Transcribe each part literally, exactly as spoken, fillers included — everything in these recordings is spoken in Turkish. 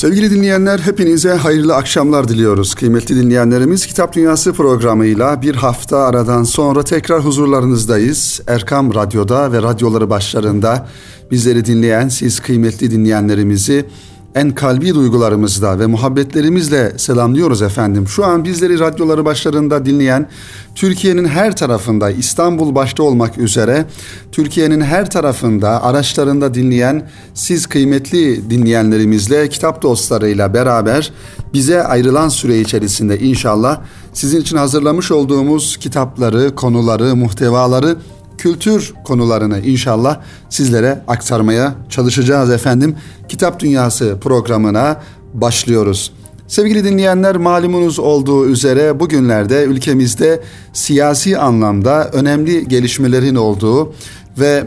Sevgili dinleyenler, hepinize hayırlı akşamlar diliyoruz. Kıymetli dinleyenlerimiz, Kitap Dünyası programıyla bir hafta aradan sonra tekrar huzurlarınızdayız. Erkam Radyo'da ve radyoları başlarında bizleri dinleyen siz kıymetli dinleyenlerimizi en kalbi duygularımızla ve muhabbetlerimizle selamlıyoruz efendim. Şu an bizleri radyoları başlarında dinleyen, Türkiye'nin her tarafında, İstanbul başta olmak üzere Türkiye'nin her tarafında araçlarında dinleyen siz kıymetli dinleyenlerimizle, kitap dostlarıyla beraber bize ayrılan süre içerisinde inşallah sizin için hazırlamış olduğumuz kitapları, konuları, muhtevaları, kültür konularını inşallah sizlere aktarmaya çalışacağız efendim. Kitap Dünyası programına başlıyoruz. Sevgili dinleyenler, malumunuz olduğu üzere bugünlerde ülkemizde siyasi anlamda önemli gelişmelerin olduğu ve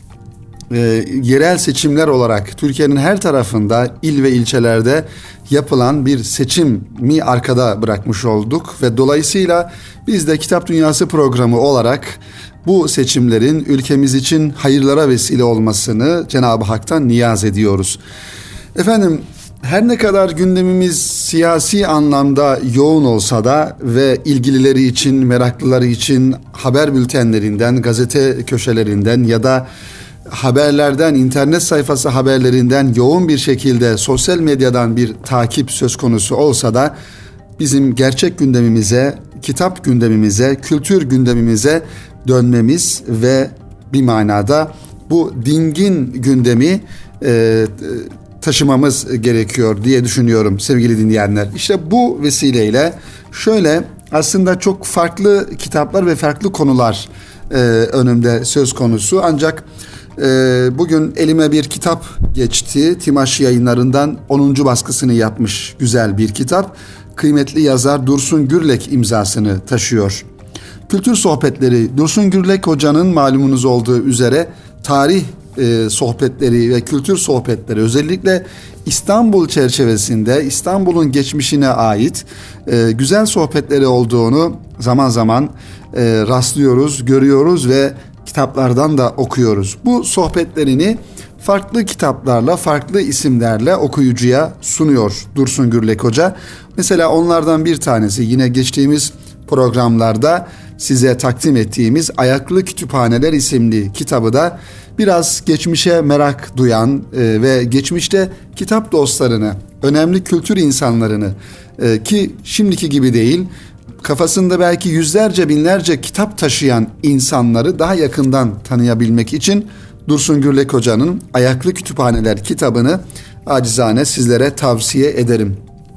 e, yerel seçimler olarak Türkiye'nin her tarafında il ve ilçelerde yapılan bir seçimi arkada bırakmış olduk ve dolayısıyla biz de Kitap Dünyası programı olarak bu seçimlerin ülkemiz için hayırlara vesile olmasını Cenab-ı Hak'tan niyaz ediyoruz. Efendim, her ne kadar gündemimiz siyasi anlamda yoğun olsa da ve ilgilileri için, meraklıları için haber bültenlerinden, gazete köşelerinden ya da haberlerden, internet sayfası haberlerinden yoğun bir şekilde sosyal medyadan bir takip söz konusu olsa da bizim gerçek gündemimize, kitap gündemimize, kültür gündemimize dönmemiz ve bir manada bu dingin gündemi e, taşımamız gerekiyor diye düşünüyorum sevgili dinleyenler. İşte bu vesileyle şöyle aslında çok farklı kitaplar ve farklı konular e, önümde söz konusu. Ancak e, bugün elime bir kitap geçti. Timaş Yayınları'ndan onuncu baskısını yapmış güzel bir kitap. Kıymetli yazar Dursun Gürlek imzasını taşıyor. Kültür sohbetleri, Dursun Gürlek Hoca'nın malumunuz olduğu üzere tarih e, sohbetleri ve kültür sohbetleri özellikle İstanbul çerçevesinde İstanbul'un geçmişine ait e, güzel sohbetleri olduğunu zaman zaman e, rastlıyoruz, görüyoruz ve kitaplardan da okuyoruz. Bu sohbetlerini farklı kitaplarla, farklı isimlerle okuyucuya sunuyor Dursun Gürlek Hoca. Mesela onlardan bir tanesi yine geçtiğimiz programlarda size takdim ettiğimiz Ayaklı Kütüphaneler isimli kitabı da biraz geçmişe merak duyan e, ve geçmişte kitap dostlarını, önemli kültür insanlarını e, ki şimdiki gibi değil, kafasında belki yüzlerce binlerce kitap taşıyan insanları daha yakından tanıyabilmek için Dursun Gürlek Hoca'nın Ayaklı Kütüphaneler kitabını acizane sizlere tavsiye ederim.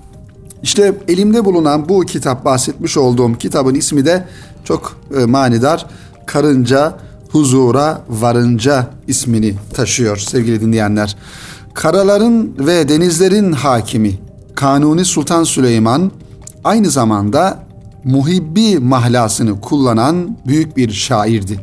İşte elimde bulunan bu kitap, bahsetmiş olduğum kitabın ismi de çok e, manidar. Karınca Huzura Varınca ismini taşıyor sevgili dinleyenler. Karaların ve denizlerin hakimi Kanuni Sultan Süleyman aynı zamanda muhibbi mahlasını kullanan büyük bir şairdi.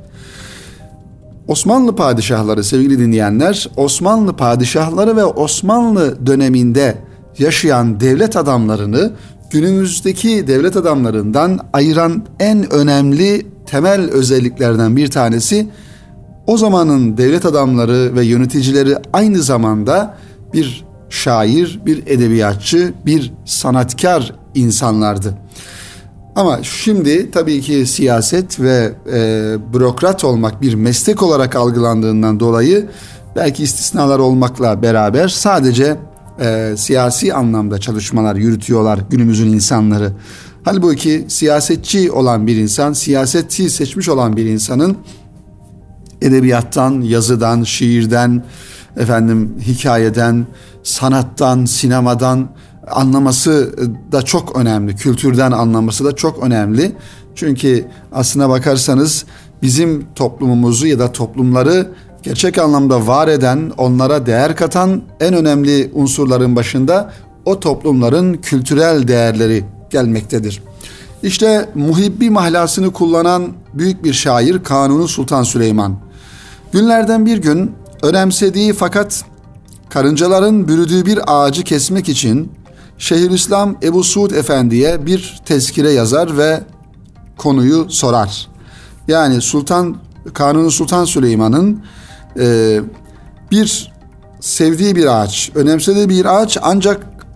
Osmanlı padişahları sevgili dinleyenler, Osmanlı padişahları ve Osmanlı döneminde yaşayan devlet adamlarını günümüzdeki devlet adamlarından ayıran en önemli temel özelliklerden bir tanesi, o zamanın devlet adamları ve yöneticileri aynı zamanda bir şair, bir edebiyatçı, bir sanatkar insanlardı. Ama şimdi tabii ki siyaset ve e, bürokrat olmak bir meslek olarak algılandığından dolayı belki istisnalar olmakla beraber sadece e, siyasi anlamda çalışmalar yürütüyorlar günümüzün insanları. Halbuki siyasetçi olan bir insan, siyaseti seçmiş olan bir insanın edebiyattan, yazıdan, şiirden, efendim hikayeden, sanattan, sinemadan anlaması da çok önemli. Kültürden anlaması da çok önemli. Çünkü aslına bakarsanız bizim toplumumuzu ya da toplumları gerçek anlamda var eden, onlara değer katan en önemli unsurların başında o toplumların kültürel değerleri gelmektedir. İşte muhibbi mahlasını kullanan büyük bir şair Kanuni Sultan Süleyman. Günlerden bir gün önemsediği fakat karıncaların bürüdüğü bir ağacı kesmek için Şeyhülislam Ebu Suud Efendi'ye bir tezkire yazar ve konuyu sorar. Yani Sultan Kanuni Sultan Süleyman'ın e, bir sevdiği bir ağaç, önemsediği bir ağaç, ancak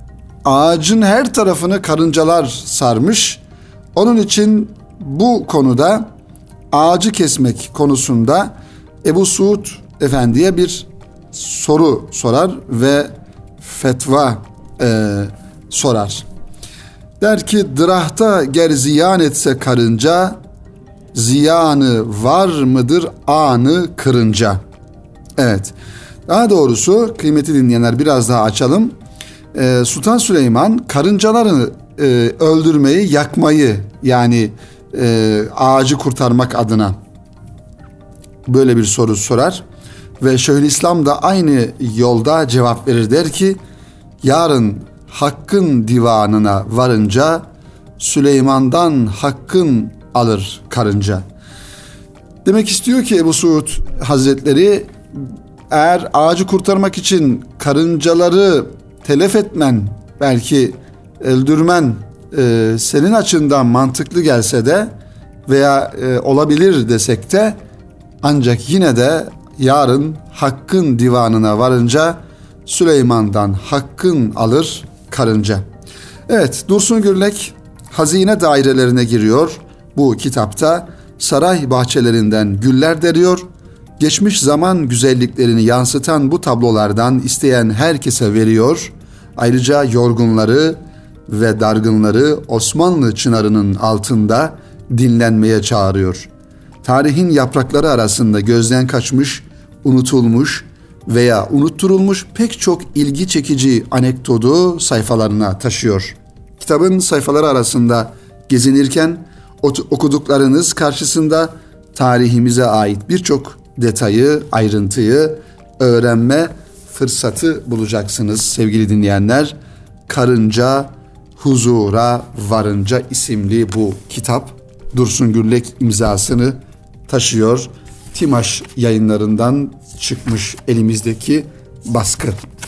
ağacın her tarafını karıncalar sarmış. Onun için bu konuda ağacı kesmek konusunda Ebu Suud Efendi'ye bir soru sorar ve fetva e, sorar. Der ki, dırahta ger ziyan etse karınca, ziyanı var mıdır anı kırınca? Evet, daha doğrusu kıymetli dinleyenler, biraz daha açalım. Ee, Sultan Süleyman karıncaları e, öldürmeyi, yakmayı, yani e, ağacı kurtarmak adına böyle bir soru sorar. Ve Şeyhülislam da aynı yolda cevap verir, der ki, yarın Hakk'ın divanına varınca Süleyman'dan hakkın alır karınca. Demek istiyor ki Ebu Suud Hazretleri, eğer ağacı kurtarmak için karıncaları telef etmen, belki öldürmen e, senin açından mantıklı gelse de veya e, olabilir desek de, ancak yine de yarın Hakk'ın divanına varınca Süleyman'dan hakkın alır karınca. Evet, Dursun Gürlek hazine dairelerine giriyor. Bu kitapta saray bahçelerinden güller deriyor. Geçmiş zaman güzelliklerini yansıtan bu tablolardan isteyen herkese veriyor. Ayrıca yorgunları ve dargınları Osmanlı çınarının altında dinlenmeye çağırıyor. Tarihin yaprakları arasında gözden kaçmış, unutulmuş veya unutturulmuş pek çok ilgi çekici anekdotu sayfalarına taşıyor. Kitabın sayfaları arasında gezinirken okuduklarınız karşısında tarihimize ait birçok detayı, ayrıntıyı öğrenme fırsatı bulacaksınız sevgili dinleyenler. Karınca Huzura Varınca isimli bu kitap Dursun Gürlek imzasını taşıyor. Timaş yayınlarından çıkmış elimizdeki baskı.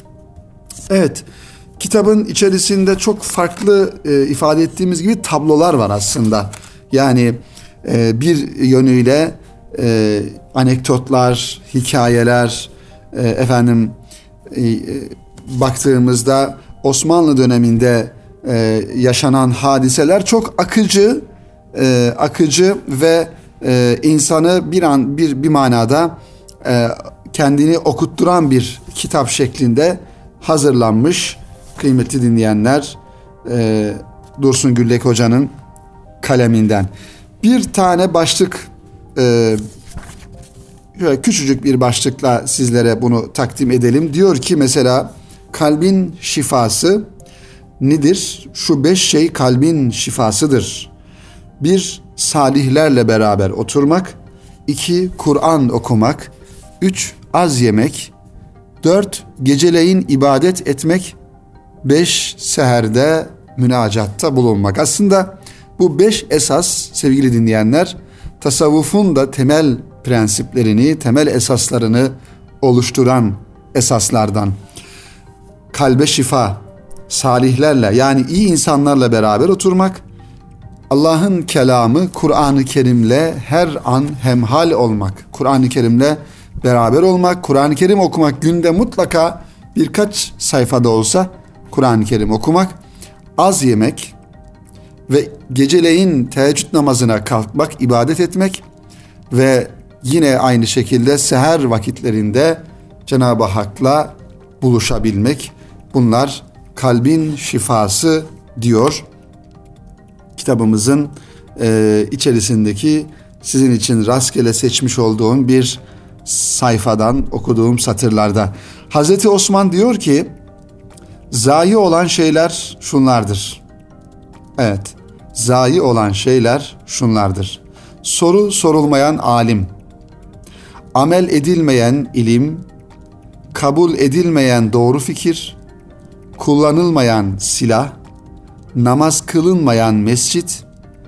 Evet, kitabın içerisinde çok farklı e, ifade ettiğimiz gibi tablolar var aslında. Yani e, bir yönüyle e, anekdotlar, hikayeler, e, efendim e, baktığımızda Osmanlı döneminde e, yaşanan hadiseler çok akıcı, e, akıcı ve e, insanı bir an bir bir manada e, kendini okutturan bir kitap şeklinde hazırlanmış. Kıymetli dinleyenler, e, Dursun Gürlek Hoca'nın kaleminden bir tane başlık, e, şöyle küçücük bir başlıkla sizlere bunu takdim edelim. Diyor ki mesela, kalbin şifası nedir? Şu beş şey kalbin şifasıdır. Bir, salihlerle beraber oturmak. İki, Kur'an okumak. Üç, az yemek. Dört, geceleyin ibadet etmek. Beş, seherde münacatta bulunmak. Aslında bu beş esas sevgili dinleyenler, tasavvufun da temel prensiplerini, temel esaslarını oluşturan esaslardan. Kalbe şifa, salihlerle, yani iyi insanlarla beraber oturmak, Allah'ın kelamı Kur'an-ı Kerim'le her an hemhal olmak, Kur'an-ı Kerim'le beraber olmak, Kur'an-ı Kerim okumak, günde mutlaka birkaç sayfada olsa Kur'an-ı Kerim okumak, az yemek ve geceleyin teheccüd namazına kalkmak, ibadet etmek ve yine aynı şekilde seher vakitlerinde Cenab-ı Hak'la buluşabilmek. Bunlar kalbin şifası diyor kitabımızın e, içerisindeki sizin için rastgele seçmiş olduğum bir sayfadan okuduğum satırlarda. Hazreti Osman diyor ki, zayi olan şeyler şunlardır. Evet, zayi olan şeyler şunlardır. Soru sorulmayan alim, amel edilmeyen ilim, kabul edilmeyen doğru fikir, kullanılmayan silah, namaz kılınmayan mescit,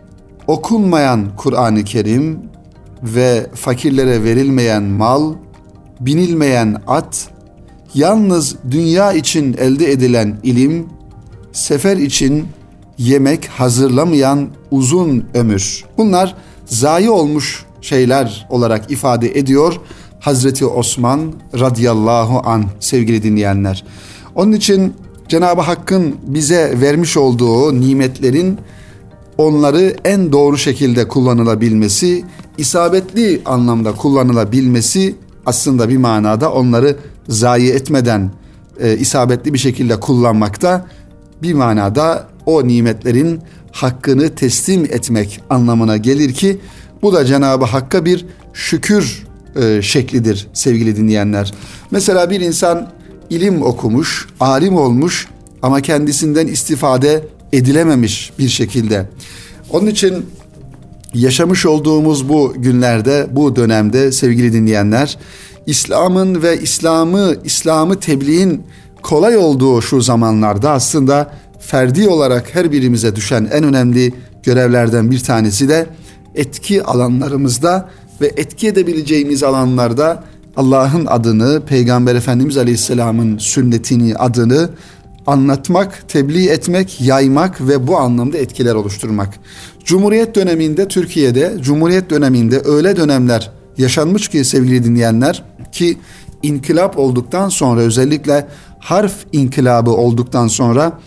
okunmayan Kur'an-ı Kerim ve fakirlere verilmeyen mal, binilmeyen at, yalnız dünya için elde edilen ilim, sefer için yemek hazırlamayan uzun ömür. Bunlar zayi olmuş şeyler olarak ifade ediyor Hazreti Osman radıyallahu anh sevgili dinleyenler. Onun için Cenab-ı Hakk'ın bize vermiş olduğu nimetlerin onları en doğru şekilde kullanılabilmesi, isabetli anlamda kullanılabilmesi, aslında bir manada onları zayi etmeden e, isabetli bir şekilde kullanmakta, bir manada o nimetlerin hakkını teslim etmek anlamına gelir ki bu da Cenab-ı Hakk'a bir şükür e, şeklidir sevgili dinleyenler. Mesela bir insan ilim okumuş, alim olmuş ama kendisinden istifade edilememiş bir şekilde. Onun için yaşamış olduğumuz bu günlerde, bu dönemde sevgili dinleyenler, İslam'ın ve İslam'ı, İslam'ı tebliğin kolay olduğu şu zamanlarda aslında ferdi olarak her birimize düşen en önemli görevlerden bir tanesi de etki alanlarımızda ve etki edebileceğimiz alanlarda Allah'ın adını, Peygamber Efendimiz Aleyhisselam'ın sünnetini, adını anlatmak, tebliğ etmek, yaymak ve bu anlamda etkiler oluşturmak. Cumhuriyet döneminde, Türkiye'de Cumhuriyet döneminde öyle dönemler yaşanmış ki sevgili dinleyenler, ki inkılap olduktan sonra, özellikle harf inkılabı olduktan sonra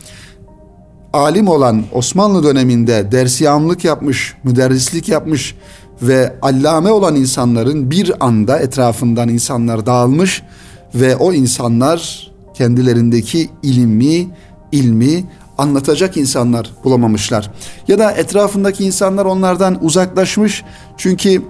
alim olan, Osmanlı döneminde dersiyamlık yapmış, müderrislik yapmış ve allame olan insanların bir anda etrafından insanlar dağılmış ve o insanlar kendilerindeki ilmi, ilmi anlatacak insanlar bulamamışlar. Ya da etrafındaki insanlar onlardan uzaklaşmış. Çünkü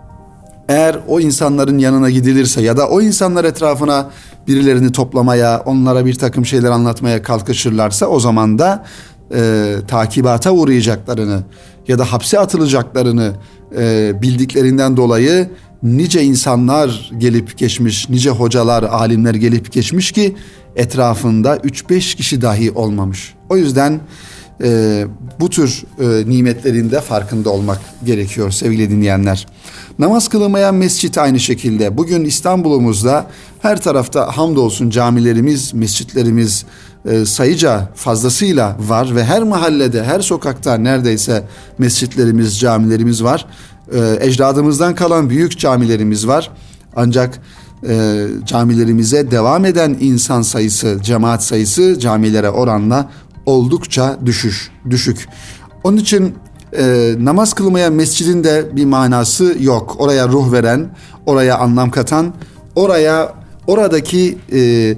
eğer o insanların yanına gidilirse ya da o insanlar etrafına birilerini toplamaya, onlara bir takım şeyler anlatmaya kalkışırlarsa o zaman da e, takibata uğrayacaklarını ya da hapse atılacaklarını e, bildiklerinden dolayı nice insanlar gelip geçmiş, nice hocalar, alimler gelip geçmiş ki etrafında üç beş kişi dahi olmamış. O yüzden e, bu tür e, nimetlerin de farkında olmak gerekiyor sevgili dinleyenler. Namaz kılınmayan mescit aynı şekilde. Bugün İstanbul'umuzda her tarafta hamdolsun camilerimiz, mescitlerimiz e, sayıca fazlasıyla var ve her mahallede, her sokakta neredeyse mescitlerimiz, camilerimiz var. E, ecdadımızdan kalan büyük camilerimiz var. Ancak e, camilerimize devam eden insan sayısı, cemaat sayısı camilere oranla oldukça düşüş, düşük. Onun için e, namaz kılmaya mescidin de bir manası yok. Oraya ruh veren, oraya anlam katan, oraya oradaki e,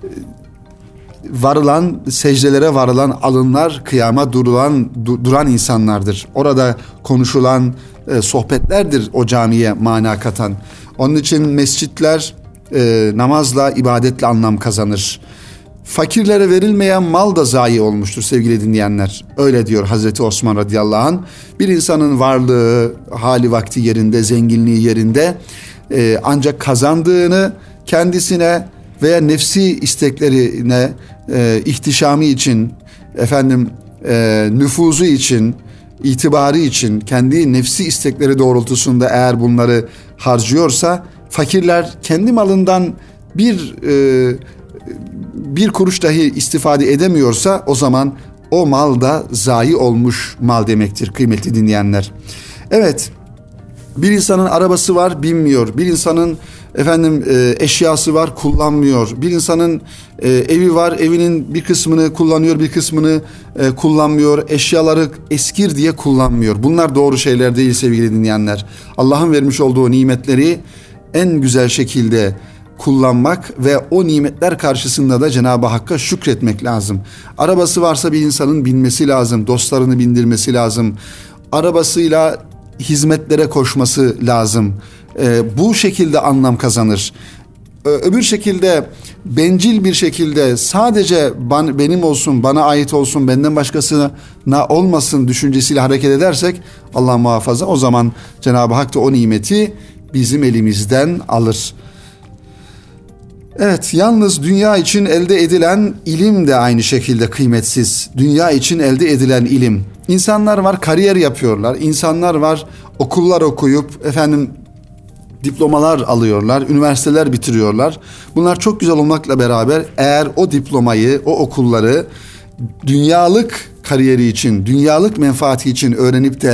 varılan, secdelere varılan alınlar, kıyama durulan du, duran insanlardır. Orada konuşulan e, sohbetlerdir o camiye mana katan. Onun için mescitler e, namazla, ibadetle anlam kazanır. Fakirlere verilmeyen mal da zayi olmuştur sevgili dinleyenler. Öyle diyor Hazreti Osman radıyallahu anh. Bir insanın varlığı, hali vakti yerinde, zenginliği yerinde, e, ancak kazandığını kendisine veya nefsi isteklerine, e, ihtişamı için, efendim e, nüfuzu için, itibarı için, kendi nefsi istekleri doğrultusunda eğer bunları harcıyorsa, fakirler kendi malından bir e, bir kuruş dahi istifade edemiyorsa o zaman o mal da zayi olmuş mal demektir kıymetli dinleyenler. Evet, bir insanın arabası var, binmiyor. Bir insanın efendim e, eşyası var, kullanmıyor. Bir insanın e, evi var, evinin bir kısmını kullanıyor, bir kısmını e, kullanmıyor. Eşyaları eskir diye kullanmıyor. Bunlar doğru şeyler değil sevgili dinleyenler. Allah'ın vermiş olduğu nimetleri en güzel şekilde kullanmak ve o nimetler karşısında da Cenab-ı Hakk'a şükretmek lazım. Arabası varsa bir insanın binmesi lazım, dostlarını bindirmesi lazım. Arabasıyla hizmetlere koşması lazım. Ee, bu şekilde anlam kazanır. Ee, öbür şekilde bencil bir şekilde sadece ben, benim olsun, bana ait olsun, benden başkasına olmasın düşüncesiyle hareket edersek Allah muhafaza, o zaman Cenab-ı Hak da o nimeti bizim elimizden alır. Evet, yalnız dünya için elde edilen ilim de aynı şekilde kıymetsiz. Dünya için elde edilen ilim. İnsanlar var, kariyer yapıyorlar. İnsanlar var, okullar okuyup efendim diplomalar alıyorlar, üniversiteler bitiriyorlar. Bunlar çok güzel olmakla beraber eğer o diplomayı, o okulları dünyalık kariyeri için, dünyalık menfaati için öğrenip de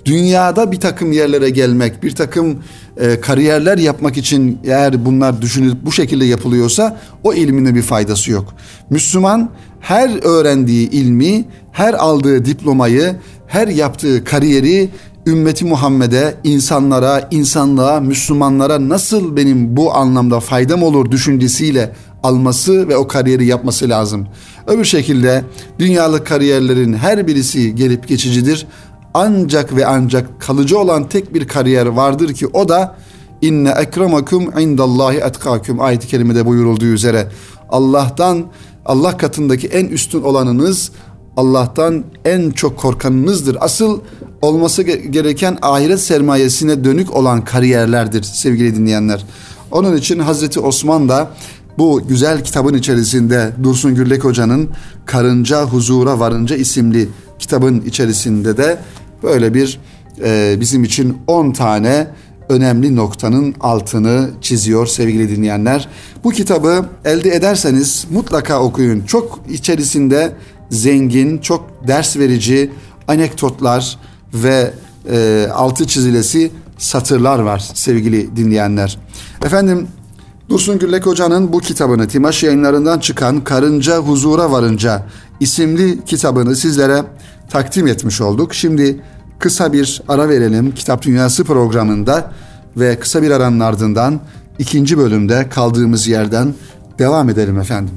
dünyada bir takım yerlere gelmek, bir takım e, kariyerler yapmak için eğer bunlar düşünülüp bu şekilde yapılıyorsa o ilminin bir faydası yok. Müslüman her öğrendiği ilmi, her aldığı diplomayı, her yaptığı kariyeri ümmeti Muhammed'e, insanlara, insanlığa, Müslümanlara nasıl benim bu anlamda faydam olur düşüncesiyle alması ve o kariyeri yapması lazım. Öbür şekilde dünyalık kariyerlerin her birisi gelip geçicidir. Ancak ve ancak kalıcı olan tek bir kariyer vardır ki o da inne ekremakum indallahi etkâkum ayet-i kerimede buyurulduğu üzere Allah'tan, Allah katındaki en üstün olanınız Allah'tan en çok korkanınızdır. Asıl olması gereken ahiret sermayesine dönük olan kariyerlerdir sevgili dinleyenler. Onun için Hazreti Osman da bu güzel kitabın içerisinde Dursun Gürlek Hoca'nın Karınca Huzura Varınca isimli kitabın içerisinde de böyle bir e, bizim için on tane önemli noktanın altını çiziyor sevgili dinleyenler. Bu kitabı elde ederseniz mutlaka okuyun. Çok içerisinde zengin, çok ders verici anekdotlar ve e, altı çizilesi satırlar var sevgili dinleyenler. Efendim Dursun Gürlek Hoca'nın bu kitabını Timaş Yayınları'ndan çıkan Karınca Huzura Varınca isimli kitabını sizlere takdim etmiş olduk. Şimdi kısa bir ara verelim Kitap Dünyası programında ve kısa bir aranın ardından ikinci bölümde kaldığımız yerden devam edelim efendim.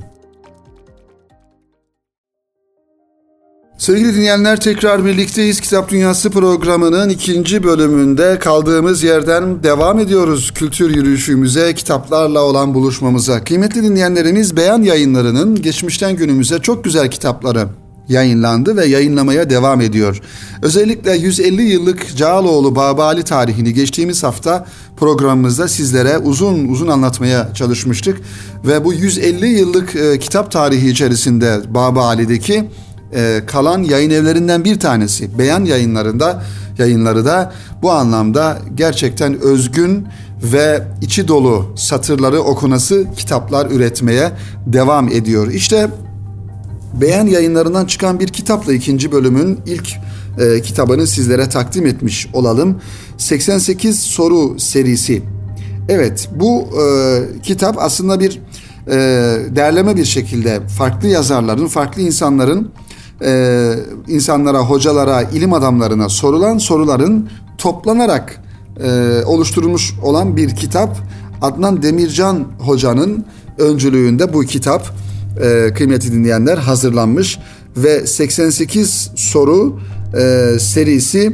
Sevgili dinleyenler, tekrar birlikteyiz. Kitap Dünyası programının ikinci bölümünde kaldığımız yerden devam ediyoruz. Kültür yürüyüşümüze, kitaplarla olan buluşmamıza. Kıymetli dinleyenlerimiz, Beyan Yayınları'nın geçmişten günümüze çok güzel kitapları yayınlandı ve yayınlamaya devam ediyor. Özellikle yüz elli yıllık Cağaloğlu Babali tarihini geçtiğimiz hafta programımızda sizlere uzun uzun anlatmaya çalışmıştık. Ve bu yüz elli yıllık e, kitap tarihi içerisinde Babali'deki e, kalan yayın evlerinden bir tanesi. Beyan Yayınları'nda yayınları da bu anlamda gerçekten özgün ve içi dolu satırları okunası kitaplar üretmeye devam ediyor. İşte Beyan Yayınları'ndan çıkan bir kitapla ikinci bölümün ilk e, kitabını sizlere takdim etmiş olalım. seksen sekiz soru serisi. Evet, bu e, kitap aslında bir e, derleme bir şekilde farklı yazarların, farklı insanların e, insanlara, hocalara, ilim adamlarına sorulan soruların toplanarak e, oluşturulmuş olan bir kitap. Adnan Demircan Hoca'nın öncülüğünde bu kitap e, kıymetli dinleyenler hazırlanmış ve seksen sekiz soru e, serisi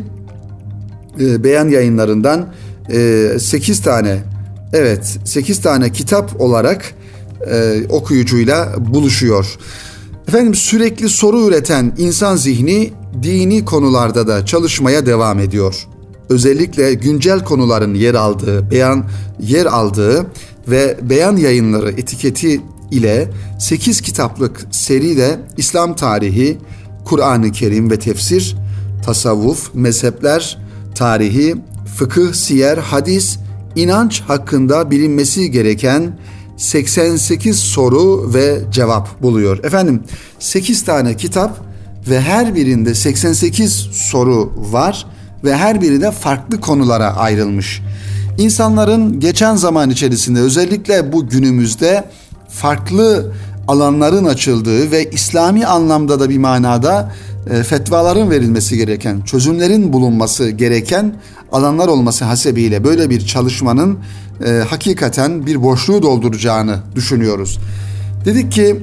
e, Beyan Yayınları'ndan e, sekiz tane evet sekiz tane kitap olarak e, okuyucuyla buluşuyor. Efendim, sürekli soru üreten insan zihni dini konularda da çalışmaya devam ediyor. Özellikle güncel konuların yer aldığı, beyan yer aldığı ve Beyan Yayınları etiketi ile sekiz kitaplık seride İslam tarihi, Kur'an-ı Kerim ve tefsir, tasavvuf, mezhepler tarihi, fıkıh, siyer, hadis, inanç hakkında bilinmesi gereken seksen sekiz soru ve cevap buluyor. Efendim, sekiz tane kitap ve her birinde seksen sekiz soru var ve her biri de farklı konulara ayrılmış. İnsanların geçen zaman içerisinde, özellikle bu günümüzde farklı alanların açıldığı ve İslami anlamda da bir manada e, fetvaların verilmesi gereken, çözümlerin bulunması gereken alanlar olması hasebiyle böyle bir çalışmanın e, hakikaten bir boşluğu dolduracağını düşünüyoruz. Dedik ki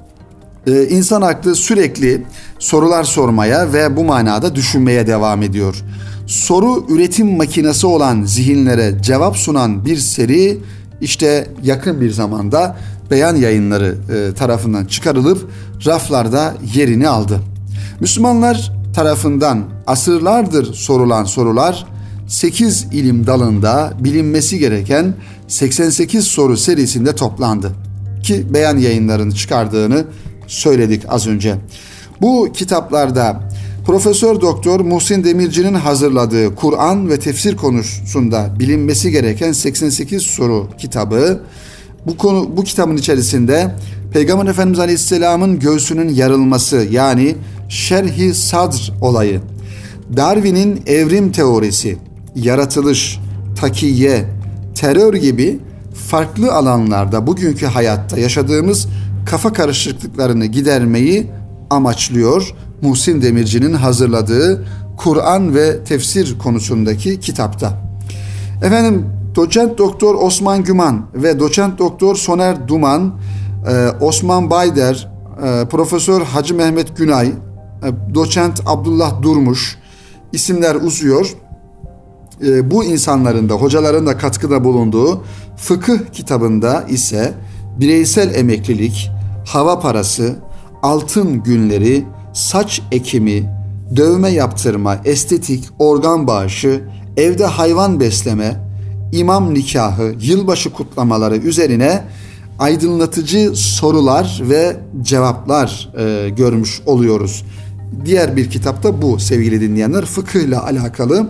e, insan aklı sürekli sorular sormaya ve bu manada düşünmeye devam ediyor. Soru üretim makinesi olan zihinlere cevap sunan bir seri işte yakın bir zamanda Beyan Yayınları e, tarafından çıkarılıp raflarda yerini aldı. Müslümanlar tarafından asırlardır sorulan sorular sekiz ilim dalında bilinmesi gereken seksen sekiz soru serisinde toplandı. Ki Beyan Yayınları'nın çıkardığını söyledik az önce. Bu kitaplarda Profesör Doktor Muhsin Demirci'nin hazırladığı Kur'an ve tefsir konusunda bilinmesi gereken seksen sekiz soru kitabı, bu konu bu kitabın içerisinde Peygamber Efendimiz Aleyhisselam'ın göğsünün yarılması, yani şerh-i sadr olayı, Darwin'in evrim teorisi, yaratılış, takiye, terör gibi farklı alanlarda bugünkü hayatta yaşadığımız kafa karışıklıklarını gidermeyi amaçlıyor. Muhsin Demirci'nin hazırladığı Kur'an ve tefsir konusundaki kitapta. Efendim, Doçent Doktor Osman Güman ve Doçent Doktor Soner Duman, e, Osman Bayder, e, Profesör Hacı Mehmet Günay, e, Doçent Abdullah Durmuş, isimler uzuyor. E, bu insanların da, hocaların da katkıda bulunduğu fıkıh kitabında ise bireysel emeklilik, hava parası, altın günleri, saç ekimi, dövme yaptırma, estetik, organ bağışı, evde hayvan besleme, imam nikahı, yılbaşı kutlamaları üzerine aydınlatıcı sorular ve cevaplar e, görmüş oluyoruz. Diğer bir kitapta bu sevgili dinleyenler, fıkıhla alakalı.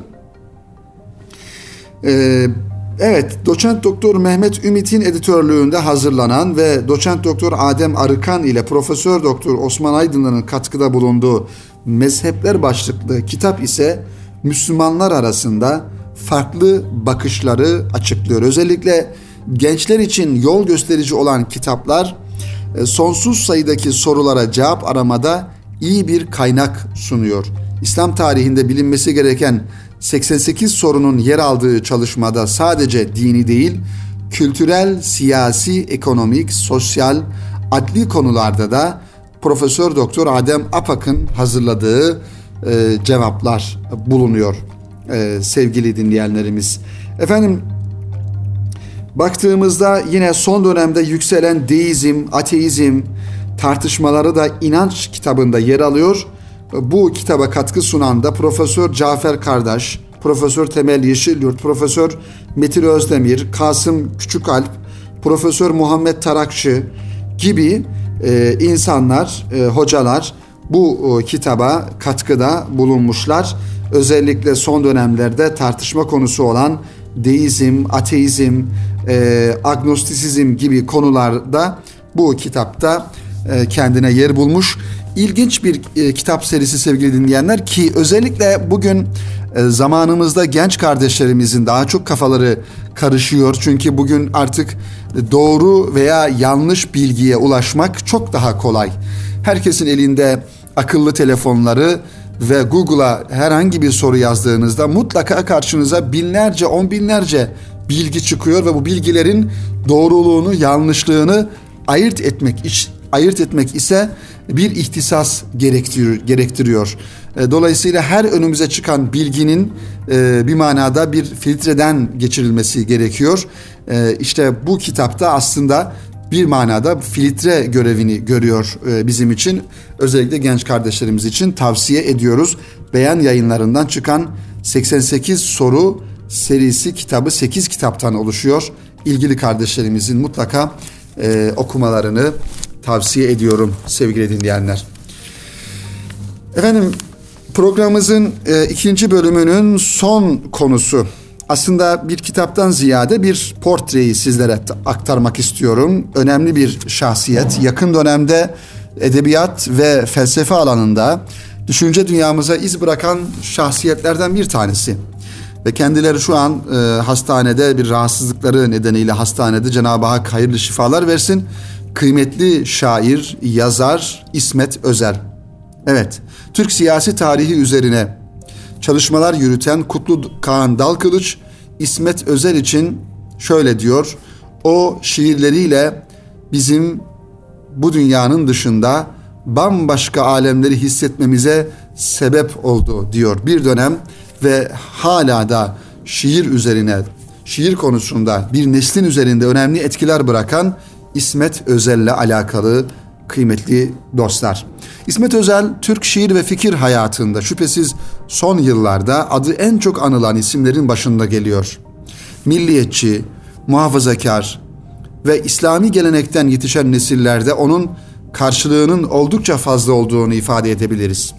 E, evet, Doçent Doktor Mehmet Ümit'in editörlüğünde hazırlanan ve Doçent Doktor Adem Arıkan ile Profesör Doktor Osman Aydınlı'nın katkıda bulunduğu Mezhepler başlıklı kitap ise Müslümanlar arasında farklı bakışları açıklıyor. Özellikle gençler için yol gösterici olan kitaplar sonsuz sayıdaki sorulara cevap aramada iyi bir kaynak sunuyor. İslam tarihinde bilinmesi gereken seksen sekiz sorunun yer aldığı çalışmada sadece dini değil, kültürel, siyasi, ekonomik, sosyal, adli konularda da Profesör Doktor Adem Apak'ın hazırladığı e, cevaplar bulunuyor e, sevgili dinleyenlerimiz. Efendim, baktığımızda yine son dönemde yükselen deizm, ateizm tartışmaları da inanç kitabında yer alıyor. Bu kitaba katkı sunan da Profesör Cafer Kardeş, Profesör Temel Yeşilyurt, Profesör Metin Özdemir, Kasım Küçükalp, Profesör Muhammed Tarakçı gibi e, insanlar, e, hocalar bu e, kitaba katkıda bulunmuşlar. Özellikle son dönemlerde tartışma konusu olan deizm, ateizm, e, agnostisizm gibi konularda bu kitapta e, kendine yer bulmuş. İlginç bir e, kitap serisi sevgili dinleyenler, ki özellikle bugün e, zamanımızda genç kardeşlerimizin daha çok kafaları karışıyor. Çünkü bugün artık doğru veya yanlış bilgiye ulaşmak çok daha kolay. Herkesin elinde akıllı telefonları ve Google'a herhangi bir soru yazdığınızda mutlaka karşınıza binlerce, on binlerce bilgi çıkıyor ve bu bilgilerin doğruluğunu, yanlışlığını ayırt etmek iş ayırt etmek ise bir ihtisas gerektiriyor. gerektiriyor. Dolayısıyla her önümüze çıkan bilginin bir manada bir filtreden geçirilmesi gerekiyor. İşte bu kitapta aslında bir manada filtre görevini görüyor bizim için. Özellikle genç kardeşlerimiz için tavsiye ediyoruz. Beyan Yayınlarından çıkan seksen sekiz soru serisi kitabı sekiz kitaptan oluşuyor. İlgili kardeşlerimizin mutlaka e, okumalarını tavsiye ediyorum sevgili dinleyenler. Efendim, programımızın e, ikinci bölümünün son konusu aslında bir kitaptan ziyade bir portreyi sizlere aktarmak istiyorum. Önemli bir şahsiyet, yakın dönemde edebiyat ve felsefe alanında düşünce dünyamıza iz bırakan şahsiyetlerden bir tanesi. Ve kendileri şu an e, hastanede, bir rahatsızlıkları nedeniyle hastanede. Cenab-ı Hak hayırlı şifalar versin. Kıymetli şair, yazar İsmet Özel. Evet, Türk siyasi tarihi üzerine çalışmalar yürüten Kutlu Kağan Dalkılıç, İsmet Özel için şöyle diyor: o şiirleriyle bizim bu dünyanın dışında bambaşka alemleri hissetmemize sebep oldu diyor. Bir dönem ve hala da şiir üzerine, şiir konusunda bir neslin üzerinde önemli etkiler bırakan İsmet Özel'le alakalı kıymetli dostlar. İsmet Özel, Türk şiir ve fikir hayatında şüphesiz son yıllarda adı en çok anılan isimlerin başında geliyor. Milliyetçi, muhafazakar ve İslami gelenekten yetişen nesillerde onun karşılığının oldukça fazla olduğunu ifade edebiliriz.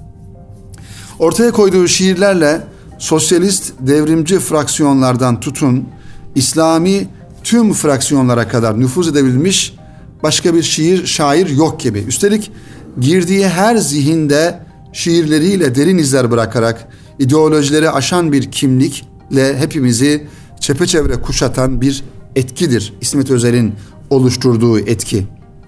Ortaya koyduğu şiirlerle sosyalist devrimci fraksiyonlardan tutun, İslami tüm fraksiyonlara kadar nüfuz edebilmiş başka bir şiir, şair yok gibi. Üstelik girdiği her zihinde şiirleriyle derin izler bırakarak ideolojileri aşan bir kimlikle hepimizi çepeçevre kuşatan bir etkidir İsmet Özel'in oluşturduğu etki.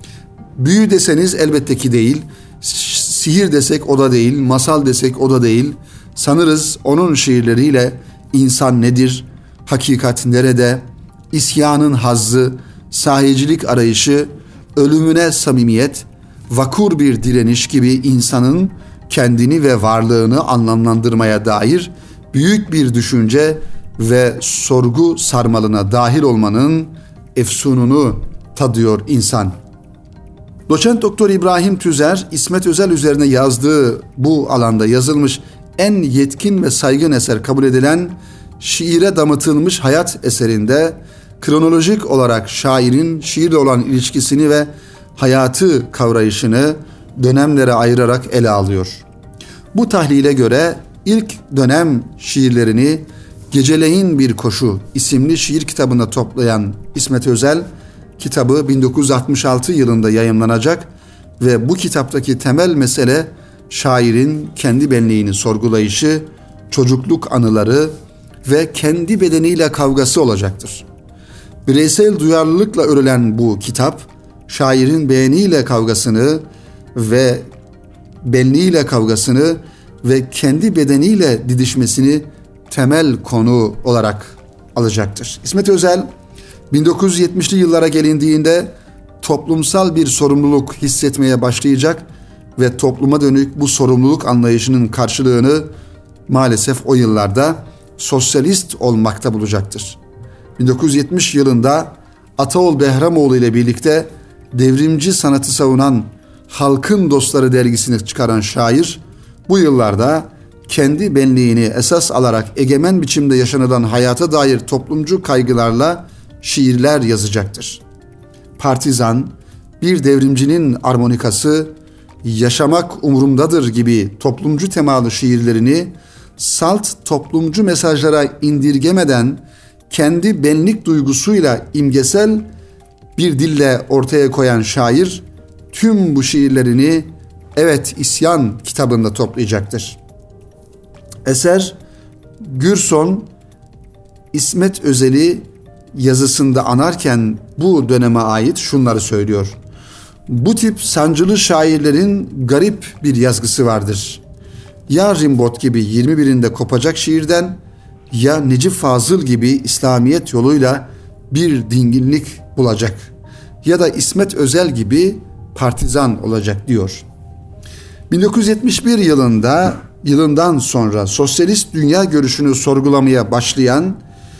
Büyü deseniz elbette ki değil, sihir desek o da değil, masal desek o da değil. Sanırız onun şiirleriyle insan nedir, hakikat nerede, isyanın hazzı, sahicilik arayışı, ölümüne samimiyet, vakur bir direniş gibi insanın kendini ve varlığını anlamlandırmaya dair büyük bir düşünce ve sorgu sarmalına dahil olmanın efsununu tadıyor insan. Doçent Doktor İbrahim Tüzer, İsmet Özel üzerine yazdığı bu alanda yazılmış en yetkin ve saygın eser kabul edilen şiire damıtılmış hayat eserinde kronolojik olarak şairin şiirle olan ilişkisini ve hayatı kavrayışını dönemlere ayırarak ele alıyor. Bu tahlile göre ilk dönem şiirlerini Geceleyin Bir Koşu isimli şiir kitabında toplayan İsmet Özel, kitabı bin dokuz yüz altmış altı yılında yayımlanacak ve bu kitaptaki temel mesele şairin kendi benliğini sorgulayışı, çocukluk anıları ve kendi bedeniyle kavgası olacaktır. Bireysel duyarlılıkla örülen bu kitap, şairin beğeniyle kavgasını ve benliğiyle kavgasını ve kendi bedeniyle didişmesini temel konu olarak alacaktır. İsmet Özel, bin dokuz yüz yetmişli yıllara gelindiğinde toplumsal bir sorumluluk hissetmeye başlayacak ve topluma dönük bu sorumluluk anlayışının karşılığını maalesef o yıllarda sosyalist olmakta bulacaktır. bin dokuz yüz yetmiş yılında Ataol Behramoğlu ile birlikte devrimci sanatı savunan Halkın Dostları dergisini çıkaran şair, bu yıllarda kendi benliğini esas alarak egemen biçimde yaşanılan hayata dair toplumcu kaygılarla şiirler yazacaktır. Partizan, bir devrimcinin armonikası, yaşamak umurumdadır gibi toplumcu temalı şiirlerini salt toplumcu mesajlara indirgemeden kendi benlik duygusuyla imgesel bir dille ortaya koyan şair, tüm bu şiirlerini Evet İsyan kitabında toplayacaktır. Eser, Gürson, İsmet Özel'i yazısında anarken bu döneme ait şunları söylüyor. Bu tip sancılı şairlerin garip bir yazgısı vardır. Ya Rimbaud gibi yirmi birinde kopacak şiirden, ya Necip Fazıl gibi İslamiyet yoluyla bir dinginlik bulacak, ya da İsmet Özel gibi partizan olacak diyor. bin dokuz yüz yetmiş bir yılında yılından sonra sosyalist dünya görüşünü sorgulamaya başlayan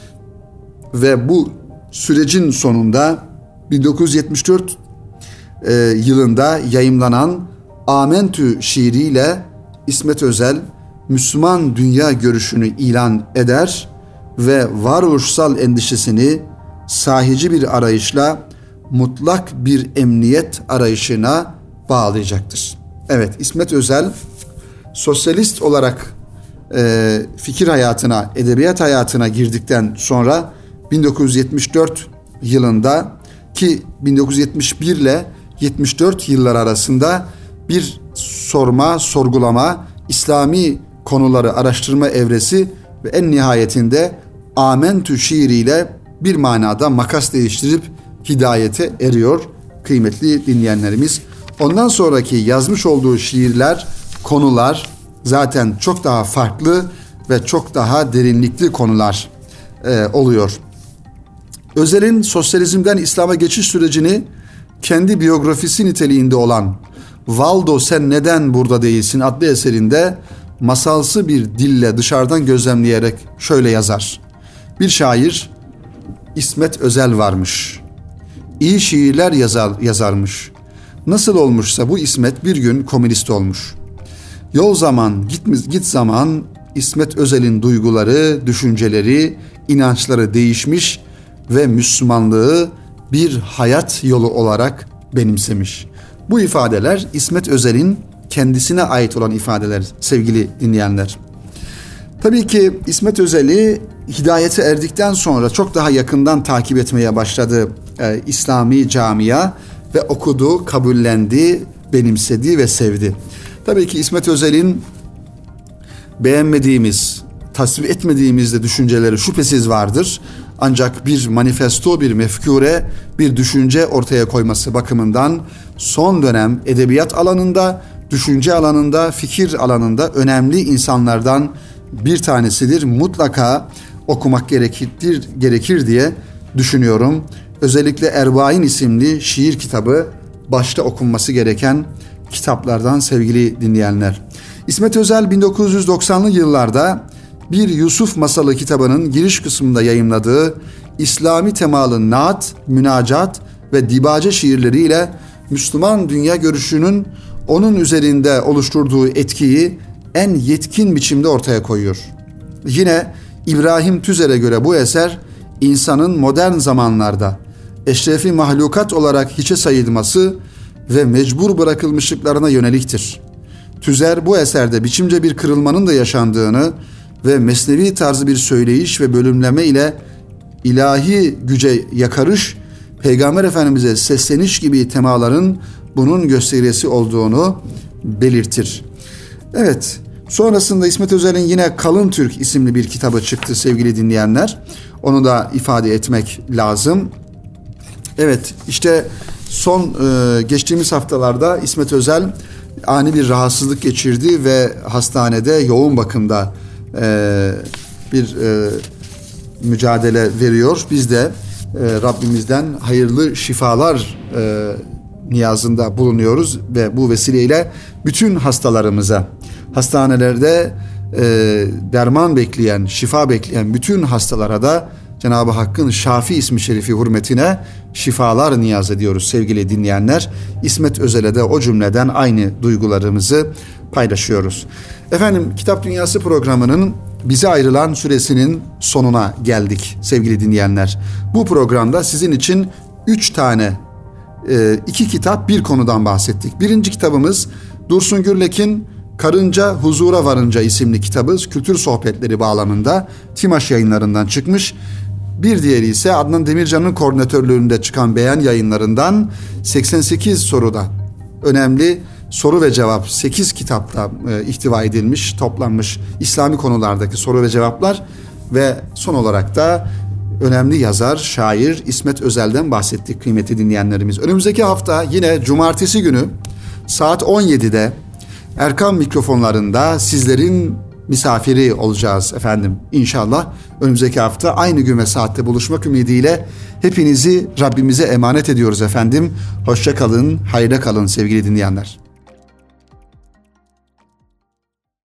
ve bu sürecin sonunda bin dokuz yüz yetmiş dört e, yılında yayımlanan Amentü şiiriyle İsmet Özel Müslüman dünya görüşünü ilan eder ve varoluşsal endişesini sahici bir arayışla mutlak bir emniyet arayışına bağlayacaktır. Evet, İsmet Özel sosyalist olarak e, fikir hayatına, edebiyat hayatına girdikten sonra bin dokuz yüz yetmiş dört yılında ki bin dokuz yüz yetmiş bir ile yetmiş dört yıllar arasında bir sorma, sorgulama, İslami konuları araştırma evresi ve en nihayetinde Amentü şiiriyle bir manada makas değiştirip hidayete eriyor kıymetli dinleyenlerimiz. Ondan sonraki yazmış olduğu şiirler, konular zaten çok daha farklı ve çok daha derinlikli konular e, oluyor. Özel'in sosyalizmden İslam'a geçiş sürecini kendi biyografisi niteliğinde olan Valdo Sen Neden Burada Değilsin adlı eserinde masalsı bir dille dışarıdan gözlemleyerek şöyle yazar. Bir şair İsmet Özel varmış. İyi şiirler yazar, yazarmış. Nasıl olmuşsa bu İsmet bir gün komünist olmuş. Yol zaman, git, git zaman İsmet Özel'in duyguları, düşünceleri, inançları değişmiş ve Müslümanlığı bir hayat yolu olarak benimsemiş. Bu ifadeler İsmet Özel'in kendisine ait olan ifadeler sevgili dinleyenler. Tabii ki İsmet Özel'i hidayete erdikten sonra çok daha yakından takip etmeye başladı e, İslami camia ve okudu, kabullendi, benimsedi ve sevdi. Tabii ki İsmet Özel'in beğenmediğimiz, tasvip etmediğimiz de düşünceleri şüphesiz vardır. Ancak bir manifesto, bir mefkure, bir düşünce ortaya koyması bakımından son dönem edebiyat alanında, düşünce alanında, fikir alanında önemli insanlardan bir tanesidir. Mutlaka okumak gerekir, gerekir diye düşünüyorum. Özellikle Erbain isimli şiir kitabı başta okunması gereken kitaplardan sevgili dinleyenler. İsmet Özel bin dokuz yüz doksanlı yıllarda bir Yusuf Masalı kitabının giriş kısmında yayımladığı İslami temalı naat, münacat ve dibace şiirleriyle Müslüman dünya görüşünün onun üzerinde oluşturduğu etkiyi en yetkin biçimde ortaya koyuyor. Yine İbrahim Tüzer'e göre bu eser insanın modern zamanlarda eşrefi mahlukat olarak hiçe sayılması ve mecbur bırakılmışlıklarına yöneliktir. Tüzer bu eserde biçimce bir kırılmanın da yaşandığını ve mesnevi tarzı bir söyleyiş ve bölümleme ile ilahi güce yakarış, Peygamber Efendimiz'e sesleniş gibi temaların bunun göstergesi olduğunu belirtir. Evet, sonrasında İsmet Özel'in yine Kalın Türk isimli bir kitabı çıktı sevgili dinleyenler. Onu da ifade etmek lazım. Evet, işte son e, geçtiğimiz haftalarda İsmet Özel ani bir rahatsızlık geçirdi ve hastanede yoğun bakımda e, bir e, mücadele veriyor. Biz de e, Rabbimizden hayırlı şifalar e, niyazında bulunuyoruz ve bu vesileyle bütün hastalarımıza, hastanelerde e, derman bekleyen, şifa bekleyen bütün hastalara da Cenab-ı Hakk'ın Şafi ismi şerifi hürmetine şifalar niyaz ediyoruz sevgili dinleyenler. İsmet Özel'e de o cümleden aynı duygularımızı paylaşıyoruz. Efendim, Kitap Dünyası programının bize ayrılan süresinin sonuna geldik sevgili dinleyenler. Bu programda sizin için üç tane, e, iki kitap bir konudan bahsettik. Birinci kitabımız Dursun Gürlek'in Karınca Huzura Varınca isimli kitabı kültür sohbetleri bağlamında Timaş Yayınlarından çıkmış. Bir diğeri ise Adnan Demircan'ın koordinatörlüğünde çıkan Beyan Yayınlarından seksen sekiz soruda önemli soru ve cevap sekiz kitapta e, ihtiva edilmiş, toplanmış İslami konulardaki soru ve cevaplar ve son olarak da önemli yazar, şair İsmet Özel'den bahsettik kıymetli dinleyenlerimiz. Önümüzdeki hafta yine cumartesi günü saat on yedide Erkam mikrofonlarında sizlerin misafiri olacağız efendim. İnşallah önümüzdeki hafta aynı gün ve saatte buluşmak ümidiyle hepinizi Rabbimize emanet ediyoruz efendim. Hoşça kalın, hayırla kalın sevgili dinleyenler.